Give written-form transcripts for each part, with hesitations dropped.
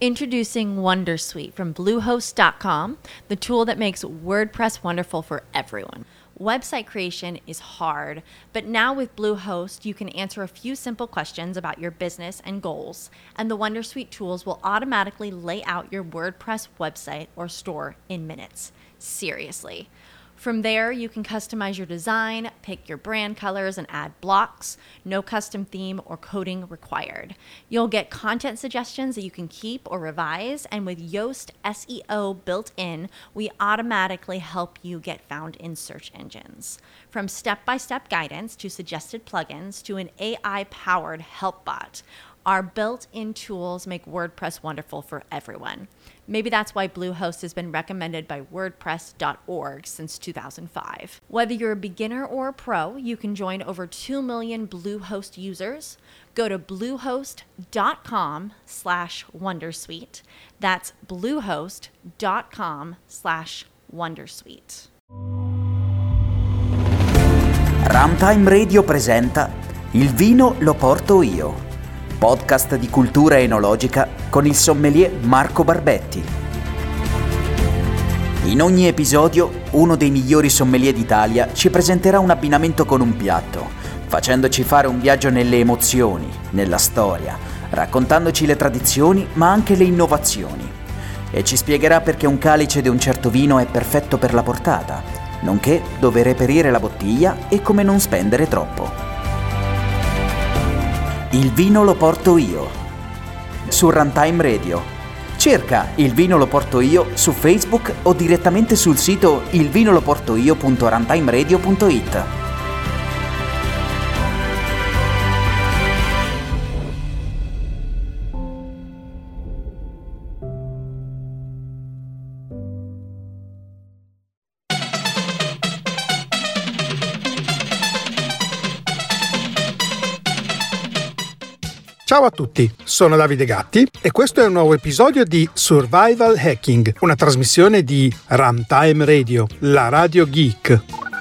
Introducing Wondersuite from Bluehost.com, the tool that makes WordPress wonderful for everyone. Website creation is hard, but now with Bluehost, you can answer a few simple questions about your business and goals, and the Wondersuite tools will automatically lay out your WordPress website or store in minutes. Seriously. From there, you can customize your design, pick your brand colors, and add blocks. No custom theme or coding required. You'll get content suggestions that you can keep or revise, and with Yoast SEO built in, we automatically help you get found in search engines. From step-by-step guidance to suggested plugins to an AI-powered help bot, our built-in tools make WordPress wonderful for everyone. Maybe that's why Bluehost has been recommended by WordPress.org since 2005. Whether you're a beginner or a pro, you can join over 2 million Bluehost users. Go to bluehost.com/wondersuite. That's bluehost.com/wondersuite. Runtime Radio presenta Il vino lo porto io. Podcast di cultura enologica con il sommelier Marco Barbetti. In ogni episodio, uno dei migliori sommelier d'Italia ci presenterà un abbinamento con un piatto, facendoci fare un viaggio nelle emozioni, nella storia, raccontandoci le tradizioni ma anche le innovazioni. E ci spiegherà perché un calice di un certo vino è perfetto per la portata, nonché dove reperire la bottiglia e come non spendere troppo. Il vino lo porto io, su Runtime Radio. Cerca Il vino lo porto io su Facebook o direttamente sul sito ilvinoloportoio.runtimeradio.it. Ciao a tutti, sono Davide Gatti e questo è un nuovo episodio di Survival Hacking, una trasmissione di Runtime Radio, la radio geek.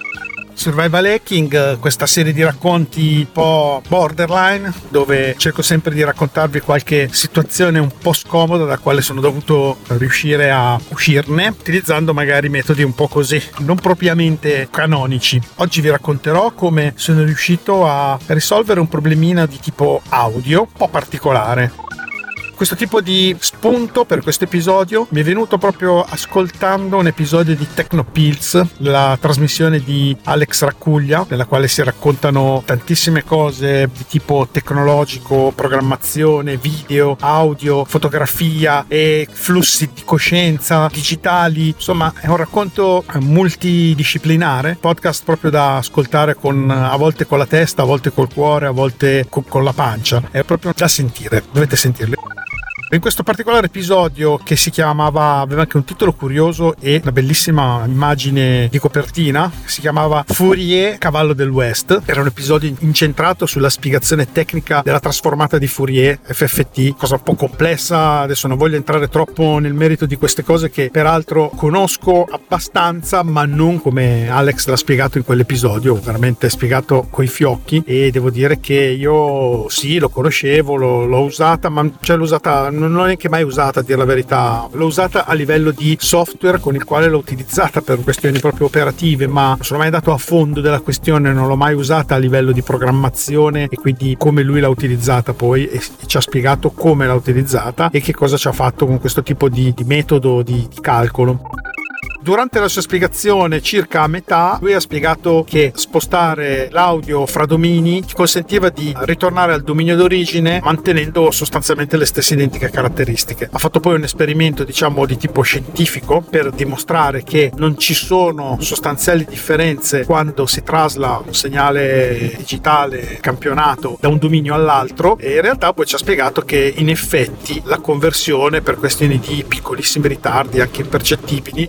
Survival Hacking, questa serie di racconti un po' borderline, dove cerco sempre di raccontarvi qualche situazione un po' scomoda da quale sono dovuto riuscire a uscirne, utilizzando magari metodi un po' così, non propriamente canonici. Oggi vi racconterò come sono riuscito a risolvere un problemino di tipo audio un po' particolare. Questo tipo di spunto per questo episodio mi è venuto proprio ascoltando un episodio di Tecnopills, la trasmissione di Alex Raccuglia, nella quale si raccontano tantissime cose di tipo tecnologico, programmazione, video, audio, fotografia e flussi di coscienza digitali. Insomma, è un racconto multidisciplinare, podcast proprio da ascoltare a volte con la testa, a volte col cuore, a volte con la pancia. È proprio da sentire, dovete sentirlo. In questo particolare episodio, che aveva anche un titolo curioso e una bellissima immagine di copertina, si chiamava Fourier, cavallo del West. Era un episodio incentrato sulla spiegazione tecnica della trasformata di Fourier, FFT, cosa un po' complessa. Adesso non voglio entrare troppo nel merito di queste cose, che peraltro conosco abbastanza, ma non come Alex l'ha spiegato in quell'episodio, veramente spiegato coi fiocchi. E devo dire che io sì, lo conoscevo, l'ho usata, ma l'ho usata, non l'ho neanche mai usata, a dire la verità. L'ho usata a livello di software con il quale l'ho utilizzata per questioni proprio operative, ma non sono mai andato a fondo della questione, non l'ho mai usata a livello di programmazione, e quindi come lui l'ha utilizzata poi e ci ha spiegato come l'ha utilizzata e che cosa ci ha fatto con questo tipo di metodo di calcolo. Durante la sua spiegazione, circa a metà, lui ha spiegato che spostare l'audio fra domini consentiva di ritornare al dominio d'origine mantenendo sostanzialmente le stesse identiche caratteristiche. Ha fatto poi un esperimento, di tipo scientifico, per dimostrare che non ci sono sostanziali differenze quando si trasla un segnale digitale campionato da un dominio all'altro, e in realtà poi ci ha spiegato che in effetti la conversione, per questioni di piccolissimi ritardi anche impercettibili, non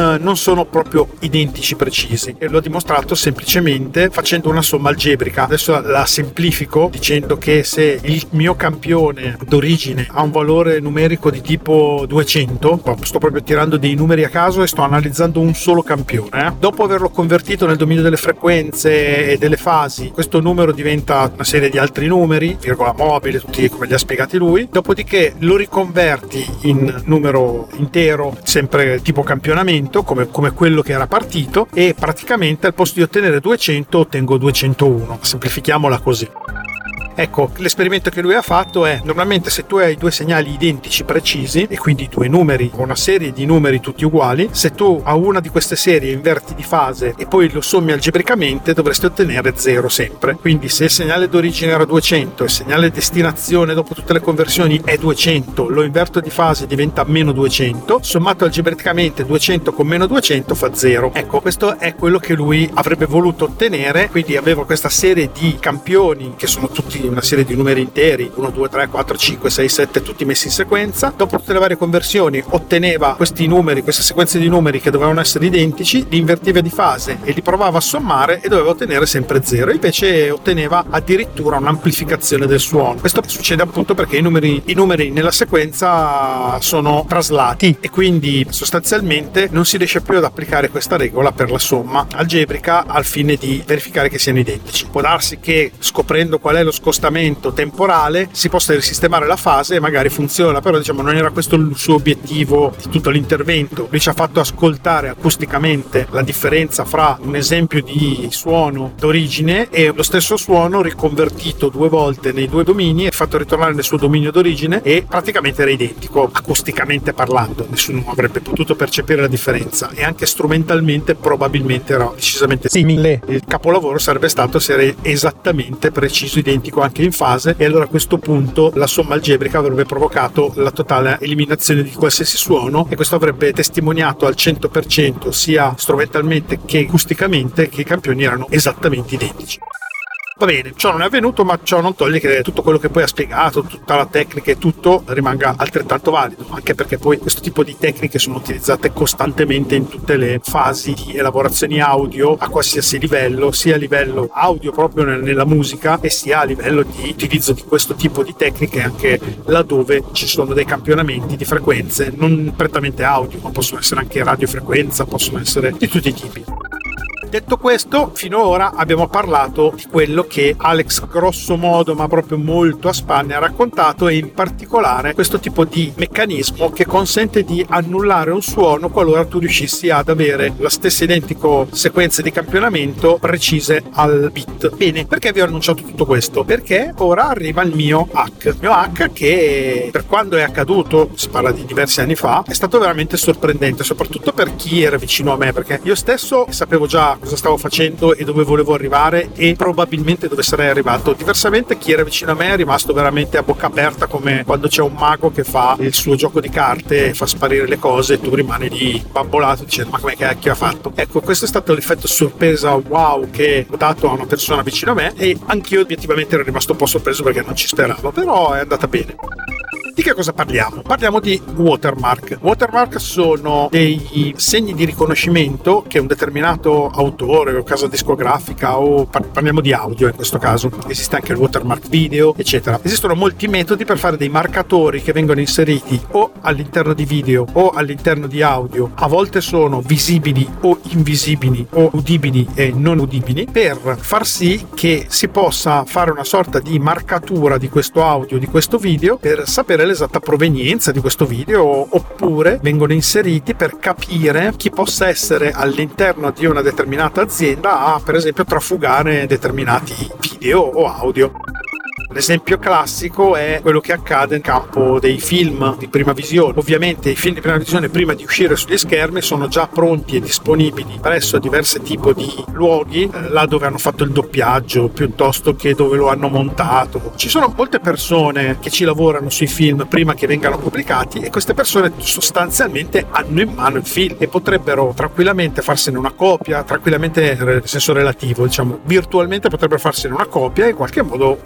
non sono proprio identici precisi, e l'ho dimostrato semplicemente facendo una somma algebrica. Adesso la semplifico dicendo che se il mio campione d'origine ha un valore numerico di tipo 200, sto proprio tirando dei numeri a caso e sto analizzando un solo campione, dopo averlo convertito nel dominio delle frequenze e delle fasi, questo numero diventa una serie di altri numeri, virgola mobile, tutti come li ha spiegati lui. Dopodiché lo riconverti in numero intero, sempre tipo campionamento, come quello che era partito, e praticamente al posto di ottenere 200 ottengo 201. Semplifichiamola così. Ecco, l'esperimento che lui ha fatto è: normalmente se tu hai due segnali identici precisi, e quindi due numeri o una serie di numeri tutti uguali, se tu a una di queste serie inverti di fase e poi lo sommi algebricamente, dovresti ottenere 0 sempre. Quindi se il segnale d'origine era 200 e il segnale destinazione dopo tutte le conversioni è 200, lo inverto di fase diventa meno 200, sommato algebricamente 200 con meno 200 fa 0. Ecco, questo è quello che lui avrebbe voluto ottenere. Quindi avevo questa serie di campioni che sono tutti una serie di numeri interi, 1, 2, 3, 4, 5, 6, 7, tutti messi in sequenza. Dopo tutte le varie conversioni otteneva questi numeri, queste sequenze di numeri che dovevano essere identici, li invertiva di fase e li provava a sommare e doveva ottenere sempre 0. Invece otteneva addirittura un'amplificazione del suono. Questo succede appunto perché i numeri nella sequenza sono traslati, e quindi sostanzialmente non si riesce più ad applicare questa regola per la somma algebrica al fine di verificare che siano identici. Può darsi che scoprendo qual è lo scostamento temporale si possa risistemare la fase e magari funziona, però diciamo non era questo il suo obiettivo di tutto l'intervento. Lui ci ha fatto ascoltare acusticamente la differenza fra un esempio di suono d'origine e lo stesso suono riconvertito 2 volte nei 2 domini e fatto ritornare nel suo dominio d'origine, e praticamente era identico acusticamente parlando, nessuno avrebbe potuto percepire la differenza, e anche strumentalmente probabilmente era decisamente simile. Il capolavoro sarebbe stato se era esattamente preciso, identico anche in fase, e allora a questo punto la somma algebrica avrebbe provocato la totale eliminazione di qualsiasi suono, e questo avrebbe testimoniato al 100% sia strumentalmente che acusticamente che i campioni erano esattamente identici. Va bene, ciò non è avvenuto, ma ciò non toglie che tutto quello che poi ha spiegato, tutta la tecnica e tutto rimanga altrettanto valido, anche perché poi questo tipo di tecniche sono utilizzate costantemente in tutte le fasi di elaborazioni audio a qualsiasi livello, sia a livello audio proprio nella musica, e sia a livello di utilizzo di questo tipo di tecniche anche laddove ci sono dei campionamenti di frequenze non prettamente audio, ma possono essere anche radiofrequenza, possono essere di tutti i tipi. Detto questo, finora abbiamo parlato di quello che Alex grosso modo, ma proprio molto a spanne, ha raccontato, e in particolare questo tipo di meccanismo che consente di annullare un suono qualora tu riuscissi ad avere la stessa identico sequenza di campionamento precise al bit. Bene, perché vi ho annunciato tutto questo? Perché ora arriva il mio hack. Il mio hack che per quando è accaduto, si parla di diversi anni fa, è stato veramente sorprendente, soprattutto per chi era vicino a me, perché io stesso sapevo già cosa stavo facendo e dove volevo arrivare e probabilmente dove sarei arrivato. Diversamente chi era vicino a me è rimasto veramente a bocca aperta, come quando c'è un mago che fa il suo gioco di carte e fa sparire le cose e tu rimani lì bambolato dicendo ma come cacchio ha fatto. Ecco, questo è stato l'effetto sorpresa wow che ho dato a una persona vicino a me, e anch'io obiettivamente ero rimasto un po' sorpreso perché non ci speravo, però è andata bene. Di che cosa parliamo? Parliamo di watermark. Watermark sono dei segni di riconoscimento che un determinato autore o casa discografica, o parliamo di audio in questo caso, esiste anche il watermark video, eccetera. Esistono molti metodi per fare dei marcatori che vengono inseriti o all'interno di video o all'interno di audio. A volte sono visibili o invisibili, o udibili e non udibili, per far sì che si possa fare una sorta di marcatura di questo audio, di questo video, per sapere l'esatta provenienza di questo video, oppure vengono inseriti per capire chi possa essere all'interno di una determinata azienda a, per esempio, trafugare determinati video o audio. L'esempio classico è quello che accade in campo dei film di prima visione. Ovviamente i film di prima visione, prima di uscire sugli schermi, sono già pronti e disponibili presso diversi tipi di luoghi, là dove hanno fatto il doppiaggio piuttosto che dove lo hanno montato. Ci sono molte persone che ci lavorano sui film prima che vengano pubblicati, e queste persone sostanzialmente hanno in mano il film e potrebbero tranquillamente farsene una copia, tranquillamente nel senso relativo, diciamo virtualmente potrebbero farsene una copia e in qualche modo trafugare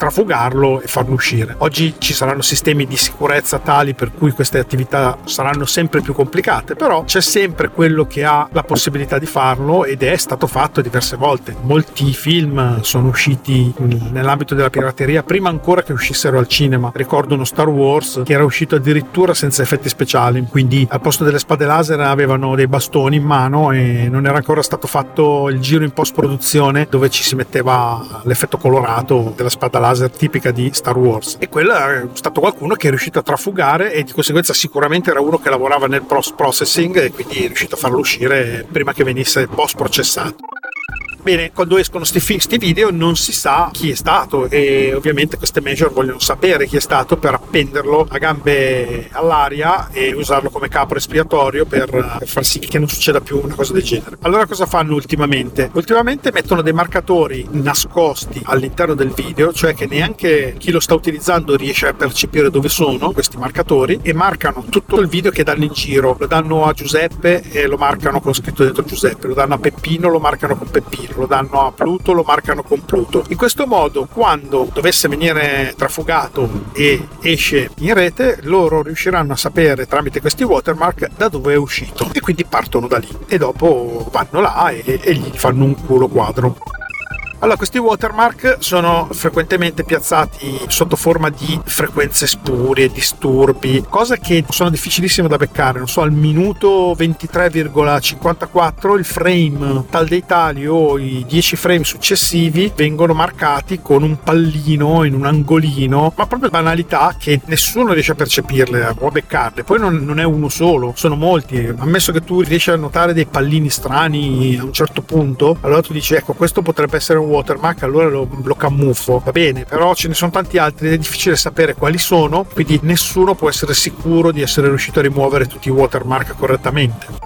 scannerlo e farlo uscire. Oggi ci saranno sistemi di sicurezza tali per cui queste attività saranno sempre più complicate, però c'è sempre quello che ha la possibilità di farlo ed è stato fatto diverse volte. Molti film sono usciti nell'ambito della pirateria prima ancora che uscissero al cinema. Ricordo uno Star Wars che era uscito addirittura senza effetti speciali, quindi al posto delle spade laser avevano dei bastoni in mano e non era ancora stato fatto il giro in post produzione dove ci si metteva l'effetto colorato della spada laser tipica di Star Wars, e quello è stato qualcuno che è riuscito a trafugare e di conseguenza sicuramente era uno che lavorava nel post processing e quindi è riuscito a farlo uscire prima che venisse post processato. Bene, quando escono sti video non si sa chi è stato e ovviamente queste major vogliono sapere chi è stato per appenderlo a gambe all'aria e usarlo come capro espiatorio per far sì che non succeda più una cosa del genere. Allora cosa fanno ultimamente? Ultimamente mettono dei marcatori nascosti all'interno del video, cioè che neanche chi lo sta utilizzando riesce a percepire dove sono questi marcatori, e marcano tutto il video che danno in giro. Lo danno a Giuseppe e lo marcano con scritto dentro Giuseppe, lo danno a Peppino, lo marcano con Peppino, lo danno a Pluto, lo marcano con Pluto. In questo modo, quando dovesse venire trafugato e esce in rete, loro riusciranno a sapere tramite questi watermark da dove è uscito e quindi partono da lì e dopo vanno là e gli fanno un culo quadro. Allora, questi watermark sono frequentemente piazzati sotto forma di frequenze spurie, disturbi, cose che sono difficilissime da beccare. Non so, al minuto 23,54 il frame tal dei tali o i 10 frame successivi vengono marcati con un pallino in un angolino, ma proprio banalità che nessuno riesce a percepirle o a beccarle. Poi non è uno solo, sono molti. Ammesso che tu riesci a notare dei pallini strani a un certo punto, allora tu dici ecco, questo potrebbe essere un watermark, allora lo camuffo, va bene, però ce ne sono tanti altri ed è difficile sapere quali sono, quindi nessuno può essere sicuro di essere riuscito a rimuovere tutti i watermark correttamente.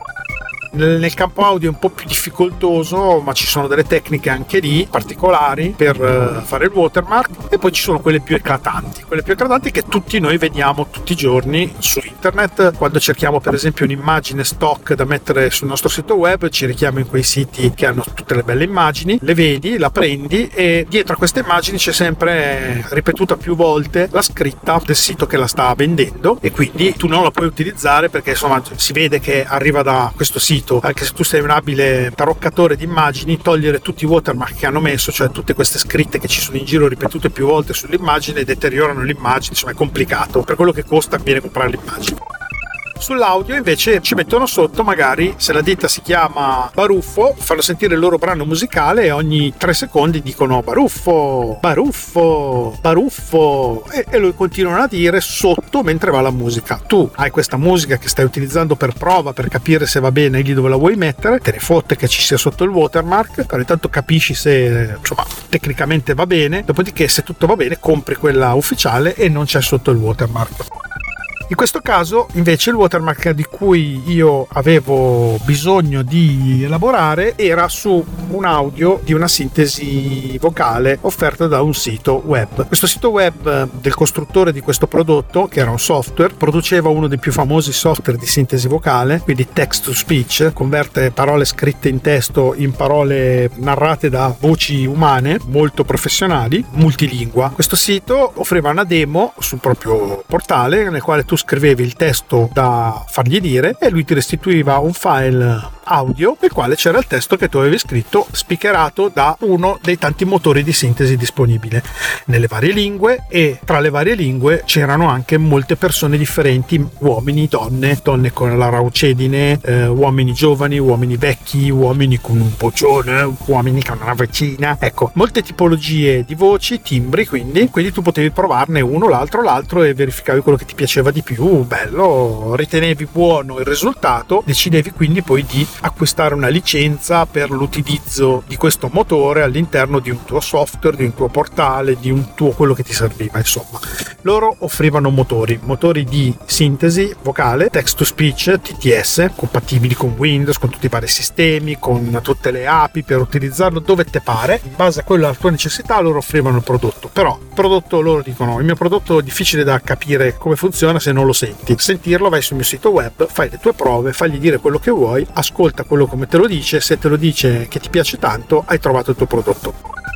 Nel campo audio è un po' più difficoltoso, ma ci sono delle tecniche anche lì particolari per fare il watermark, e poi ci sono quelle più eclatanti che tutti noi vediamo tutti i giorni su internet. Quando cerchiamo per esempio un'immagine stock da mettere sul nostro sito web, ci richiamo in quei siti che hanno tutte le belle immagini, le vedi, la prendi e dietro a queste immagini c'è sempre ripetuta più volte la scritta del sito che la sta vendendo, e quindi tu non la puoi utilizzare perché insomma si vede che arriva da questo sito. Anche se tu sei un abile taroccatore di immagini, togliere tutti i watermark che hanno messo, cioè tutte queste scritte che ci sono in giro ripetute più volte sull'immagine, deteriorano l'immagine, insomma è complicato. Per quello che costa viene a comprare l'immagine. Sull'audio invece ci mettono sotto, magari se la ditta si chiama Baruffo, fanno sentire il loro brano musicale e ogni 3 secondi dicono Baruffo, Baruffo, Baruffo, e lo continuano a dire sotto mentre va la musica. Tu hai questa musica che stai utilizzando per prova, per capire se va bene lì dove la vuoi mettere, te ne fotte che ci sia sotto il watermark, però intanto capisci se insomma tecnicamente va bene, dopodiché se tutto va bene compri quella ufficiale e non c'è sotto il watermark. In questo caso invece il watermark di cui io avevo bisogno di elaborare era su un audio di una sintesi vocale offerta da un sito web. Questo sito web del costruttore di questo prodotto, che era un software, produceva uno dei più famosi software di sintesi vocale, quindi text to speech, converte parole scritte in testo in parole narrate da voci umane molto professionali, multilingua. Questo sito offriva una demo sul proprio portale nel quale tu scrivevi il testo da fargli dire e lui ti restituiva un file audio nel quale c'era il testo che tu avevi scritto speakerato da uno dei tanti motori di sintesi disponibili nelle varie lingue, e tra le varie lingue c'erano anche molte persone differenti, uomini, donne con la raucedine, uomini giovani, uomini vecchi, uomini con un vocione, uomini con una vocina, ecco, molte tipologie di voci, timbri, quindi tu potevi provarne uno, l'altro e verificavi quello che ti piaceva di più, bello, ritenevi buono il risultato, decidevi quindi poi di acquistare una licenza per l'utilizzo di questo motore all'interno di un tuo software, di un tuo portale, di un tuo quello che ti serviva. Insomma, loro offrivano motori di sintesi vocale, text to speech, TTS, compatibili con Windows, con tutti i vari sistemi, con tutte le API per utilizzarlo dove te pare, in base a quella tua necessità loro offrivano il prodotto. Però il prodotto, loro dicono, il mio prodotto è difficile da capire come funziona se non lo senti. Sentirlo, vai sul mio sito web, fai le tue prove, fagli dire quello che vuoi, ascolta quello come te lo dice, se te lo dice che ti piace tanto, hai trovato il tuo prodotto.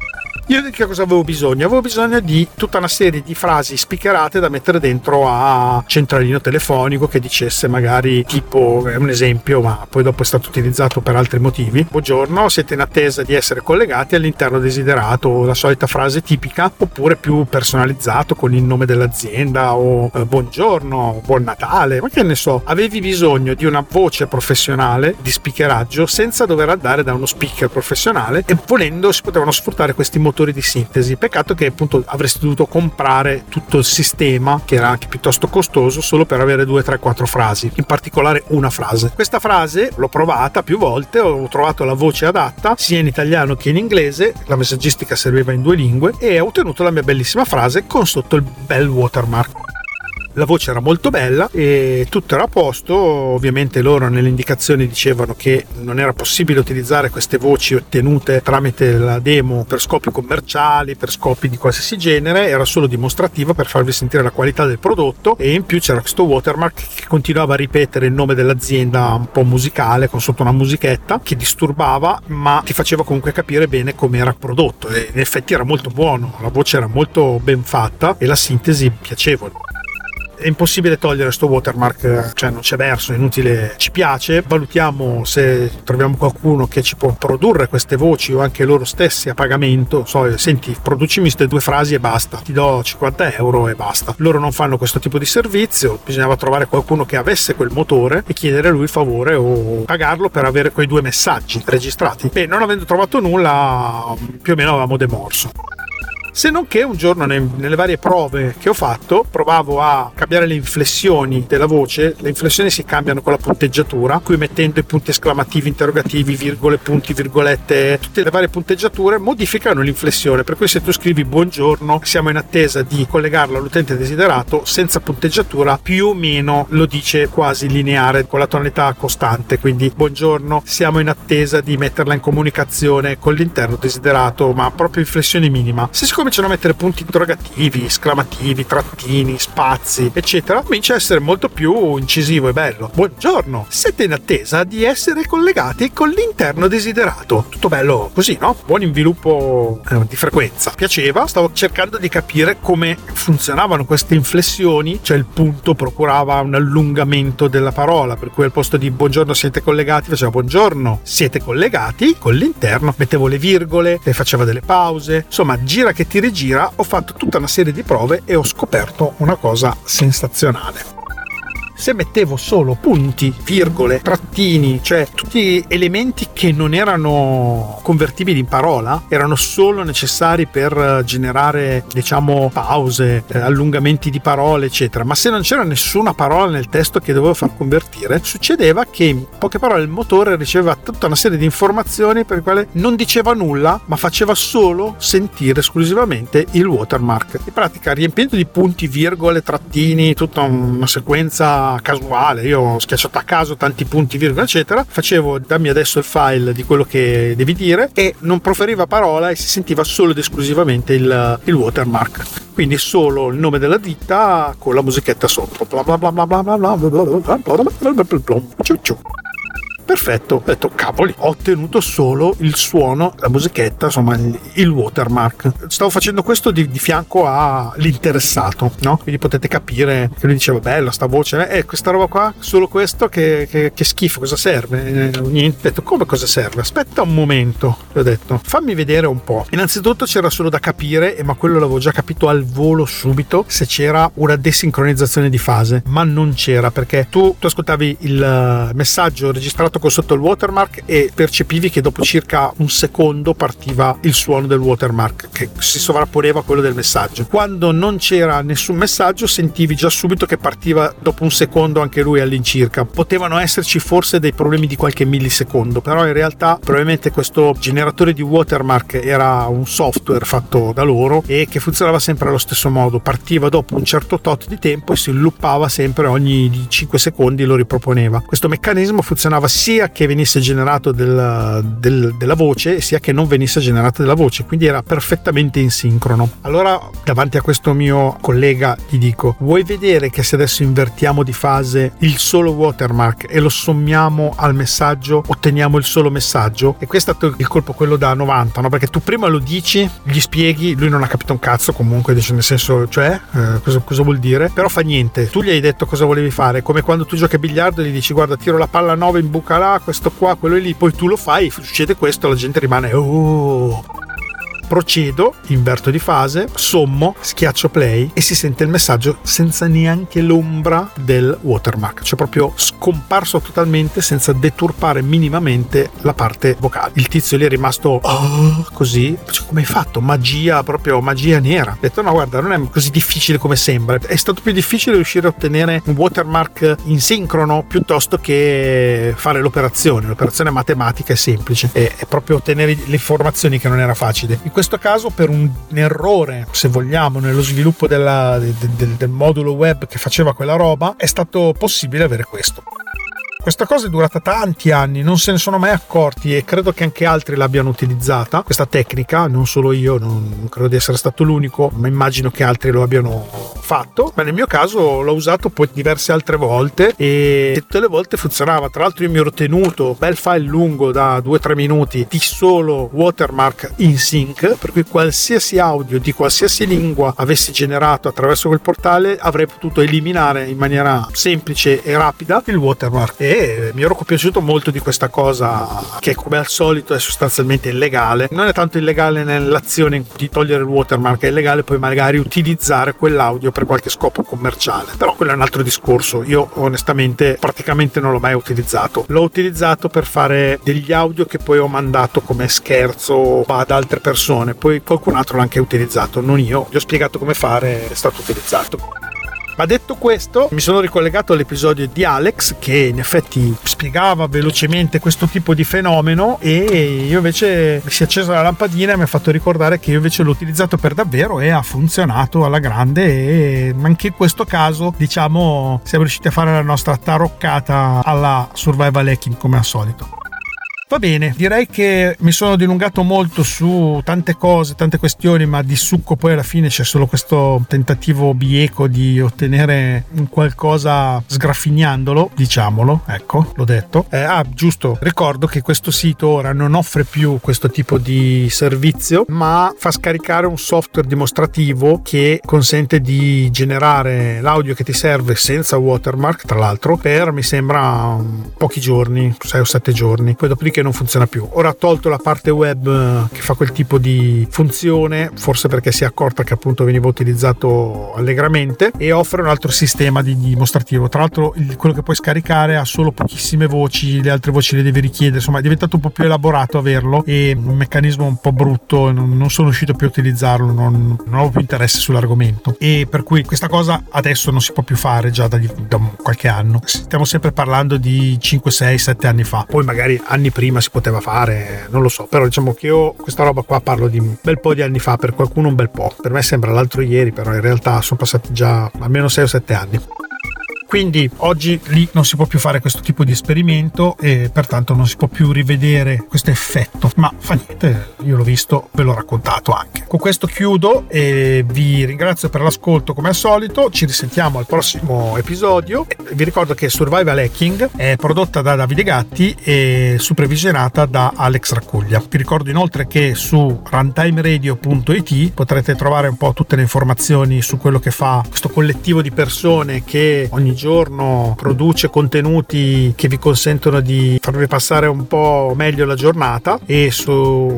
Io di che cosa avevo bisogno? Avevo bisogno di tutta una serie di frasi speakerate da mettere dentro a centralino telefonico che dicesse magari tipo, è un esempio ma poi dopo è stato utilizzato per altri motivi: buongiorno, siete in attesa di essere collegati all'interno desiderato, la solita frase tipica, oppure più personalizzato con il nome dell'azienda o buongiorno, buon Natale, ma che ne so. Avevi bisogno di una voce professionale di speakeraggio senza dover andare da uno speaker professionale, e volendo si potevano sfruttare questi motori di sintesi. Peccato che appunto avresti dovuto comprare tutto il sistema, che era anche piuttosto costoso, solo per avere 2, 3, 4 frasi, in particolare una frase. Questa frase l'ho provata più volte, ho trovato la voce adatta sia in italiano che in inglese, la messaggistica serviva in 2 lingue e ho ottenuto la mia bellissima frase con sotto il bel watermark. La voce era molto bella e tutto era a posto. Ovviamente loro nelle indicazioni dicevano che non era possibile utilizzare queste voci ottenute tramite la demo per scopi commerciali, per scopi di qualsiasi genere, era solo dimostrativa per farvi sentire la qualità del prodotto, e in più c'era questo watermark che continuava a ripetere il nome dell'azienda un po' musicale con sotto una musichetta che disturbava, ma ti faceva comunque capire bene com'era il prodotto, e in effetti era molto buono, la voce era molto ben fatta e la sintesi piacevole. È impossibile togliere sto watermark, cioè non c'è verso, è inutile. Ci piace, valutiamo se troviamo qualcuno che ci può produrre queste voci o anche loro stessi a pagamento. Senti, producimi queste 2 frasi e basta, ti do 50 euro e basta. Loro non fanno questo tipo di servizio, bisognava trovare qualcuno che avesse quel motore e chiedere a lui il favore o pagarlo per avere quei 2 messaggi registrati. E non avendo trovato nulla, più o meno avevamo demorso. Se non che un giorno nelle varie prove che ho fatto provavo a cambiare le inflessioni della voce. Le inflessioni si cambiano con la punteggiatura, qui mettendo i punti esclamativi, interrogativi, virgole, punti, virgolette, tutte le varie punteggiature modificano l'inflessione, per cui se tu scrivi buongiorno, siamo in attesa di collegarlo all'utente desiderato, senza punteggiatura più o meno lo dice quasi lineare con la tonalità costante, quindi buongiorno, siamo in attesa di metterla in comunicazione con l'interno desiderato, ma proprio inflessione minima. Se si cominciano a mettere punti interrogativi, esclamativi, trattini, spazi, eccetera, comincia a essere molto più incisivo e bello. Buongiorno, siete in attesa di essere collegati con l'interno desiderato. Tutto bello così, no? Buon inviluppo di frequenza. Piaceva, stavo cercando di capire come funzionavano queste inflessioni, cioè il punto procurava un allungamento della parola, per cui al posto di buongiorno siete collegati faceva buongiorno siete collegati con l'interno, mettevo le virgole e faceva delle pause, insomma gira che ti rigira. Ho fatto tutta una serie di prove e ho scoperto una cosa sensazionale. Se mettevo solo punti, virgole, trattini, cioè tutti elementi che non erano convertibili in parola, erano solo necessari per generare, diciamo, pause, allungamenti di parole, eccetera, ma se non c'era nessuna parola nel testo che dovevo far convertire, succedeva che in poche parole il motore riceveva tutta una serie di informazioni per le quali non diceva nulla, ma faceva solo sentire esclusivamente il watermark. In pratica, riempendo di punti, virgole, trattini, tutta una sequenza casuale, io ho schiacciato a caso tanti punti, virgola, eccetera, facevo dammi adesso il file di quello che devi dire, e non proferiva parola e si sentiva solo ed esclusivamente il watermark, quindi solo il nome della ditta con la musichetta sotto, bla bla bla bla bla bla bla bla bla bla. Perfetto, ho detto cavoli, ho ottenuto solo il suono, la musichetta, insomma il watermark. Stavo facendo questo di fianco all'interessato, no? Quindi potete capire che lui diceva bella sta voce, questa roba qua, solo questo, che schifo, cosa serve? Niente. Ho detto come cosa serve? Aspetta un momento, ho detto fammi vedere un po'. Innanzitutto c'era solo da capire, ma quello l'avevo già capito al volo subito, se c'era una desincronizzazione di fase, ma non c'era, perché tu ascoltavi il messaggio registrato con sotto il watermark e percepivi che dopo circa un secondo partiva il suono del watermark che si sovrapponeva a quello del messaggio. Quando non c'era nessun messaggio sentivi già subito che partiva dopo un secondo anche lui all'incirca. Potevano esserci forse dei problemi di qualche millisecondo, però in realtà probabilmente questo generatore di watermark era un software fatto da loro e che funzionava sempre allo stesso modo, partiva dopo un certo tot di tempo e si loopava sempre ogni 5 secondi, lo riproponeva. Questo meccanismo funzionava sia sia che venisse generato della voce sia che non venisse generata della voce, quindi era perfettamente in sincrono. Allora davanti a questo mio collega gli dico: vuoi vedere che se adesso invertiamo di fase il solo watermark e lo sommiamo al messaggio otteniamo il solo messaggio? E questo è stato il colpo, quello da 90, no? Perché tu prima lo dici, gli spieghi, lui non ha capito un cazzo comunque, dice, nel senso, cioè cosa vuol dire, però fa niente, tu gli hai detto cosa volevi fare, come quando tu giochi a biliardo e gli dici guarda tiro la palla a 9 in buca là, questo qua, quello lì, poi tu lo fai, succede questo, la gente rimane procedo, inverto di fase, sommo, schiaccio play e si sente il messaggio senza neanche l'ombra del watermark, cioè proprio scomparso totalmente senza deturpare minimamente la parte vocale. Il tizio lì è rimasto così, cioè, come hai fatto? Magia, proprio magia nera. Ho detto no guarda, non è così difficile come sembra, è stato più difficile riuscire a ottenere un watermark in sincrono piuttosto che fare l'operazione matematica è semplice, è proprio ottenere le informazioni che non era facile. In questo caso per un errore, se vogliamo, nello sviluppo del modulo web che faceva quella roba, è stato possibile avere questo. Questa cosa è durata tanti anni, non se ne sono mai accorti e credo che anche altri l'abbiano utilizzata, questa tecnica, non solo io, non credo di essere stato l'unico, ma immagino che altri lo abbiano fatto, ma nel mio caso l'ho usato poi diverse altre volte e tutte le volte funzionava. Tra l'altro io mi ero tenuto un bel file lungo da 2-3 minuti di solo watermark in sync, per cui qualsiasi audio di qualsiasi lingua avessi generato attraverso quel portale avrei potuto eliminare in maniera semplice e rapida il watermark. E mi ero piaciuto molto di questa cosa, che come al solito è sostanzialmente illegale. Non è tanto illegale nell'azione di togliere il watermark, è illegale poi magari utilizzare quell'audio per qualche scopo commerciale, però quello è un altro discorso. Io onestamente praticamente non l'ho mai utilizzato, l'ho utilizzato per fare degli audio che poi ho mandato come scherzo ad altre persone, poi qualcun altro l'ha anche utilizzato, non io, gli ho spiegato come fare, è stato utilizzato. Ma detto questo, mi sono ricollegato all'episodio di Alex che in effetti spiegava velocemente questo tipo di fenomeno e io invece mi si è accesa la lampadina e mi ha fatto ricordare che io invece l'ho utilizzato per davvero e ha funzionato alla grande, e anche in questo caso diciamo siamo riusciti a fare la nostra taroccata alla survival hacking come al solito. Va bene, direi che mi sono dilungato molto su tante cose, tante questioni, ma di succo poi alla fine c'è solo questo tentativo bieco di ottenere un qualcosa sgraffignandolo, diciamolo, ecco, l'ho detto. Giusto, ricordo che questo sito ora non offre più questo tipo di servizio, ma fa scaricare un software dimostrativo che consente di generare l'audio che ti serve senza watermark, tra l'altro, per mi sembra pochi giorni, 6 o 7 giorni, poi dopodiché non funziona più. Ora ha tolto la parte web che fa quel tipo di funzione, forse perché si è accorta che appunto veniva utilizzato allegramente, e offre un altro sistema di dimostrativo. Tra l'altro quello che puoi scaricare ha solo pochissime voci, le altre voci le devi richiedere, insomma è diventato un po' più elaborato averlo, e un meccanismo un po' brutto, non sono riuscito più a utilizzarlo, non avevo più interesse sull'argomento, e per cui questa cosa adesso non si può più fare già da qualche anno. Stiamo sempre parlando di 5, 6, 7 anni fa, poi magari anni prima si poteva fare, non lo so, però diciamo che io questa roba qua parlo di un bel po' di anni fa, per qualcuno un bel po', per me sembra l'altro ieri, però in realtà sono passati già almeno 6 o 7 anni. Quindi oggi lì non si può più fare questo tipo di esperimento e pertanto non si può più rivedere questo effetto, ma fa niente, io l'ho visto, ve l'ho raccontato anche. Con questo chiudo e vi ringrazio per l'ascolto come al solito, ci risentiamo al prossimo episodio. Vi ricordo che Survival Hacking è prodotta da Davide Gatti e supervisionata da Alex Raccuglia. Vi ricordo inoltre che su runtimeradio.it potrete trovare un po' tutte le informazioni su quello che fa questo collettivo di persone che ogni giorno produce contenuti che vi consentono di farvi passare un po' meglio la giornata, e su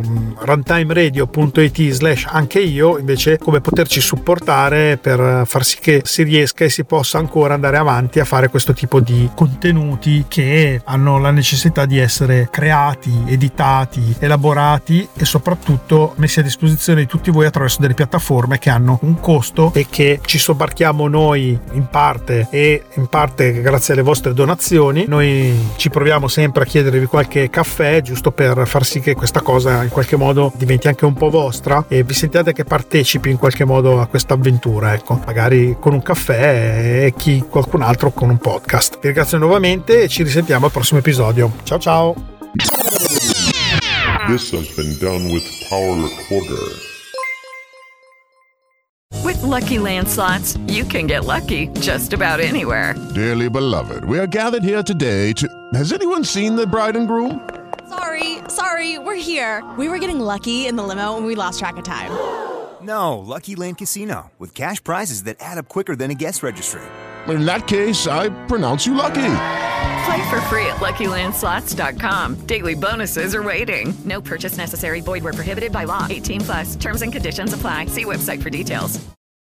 runtimeradio.it/anche io invece come poterci supportare per far sì che si riesca e si possa ancora andare avanti a fare questo tipo di contenuti che hanno la necessità di essere creati, editati, elaborati e soprattutto messi a disposizione di tutti voi attraverso delle piattaforme che hanno un costo e che ci sobbarchiamo noi in parte, e in parte grazie alle vostre donazioni. Noi ci proviamo sempre a chiedervi qualche caffè, giusto per far sì che questa cosa in qualche modo diventi anche un po' vostra e vi sentiate che partecipi in qualche modo a questa avventura, ecco, magari con un caffè e qualcun altro con un podcast. Vi ringrazio nuovamente e ci risentiamo al prossimo episodio. Ciao ciao! This has been done with Power Recorder. With Lucky Land Slots, you can get lucky just about anywhere. Dearly beloved, we are gathered here today to... Has anyone seen the bride and groom? Sorry, we're here. We were getting lucky in the limo and we lost track of time. No, Lucky Land Casino, with cash prizes that add up quicker than a guest registry. In that case, I pronounce you lucky. Play for free at LuckyLandSlots.com. Daily bonuses are waiting. No purchase necessary. Void where prohibited by law. 18+. Terms and conditions apply. See website for details.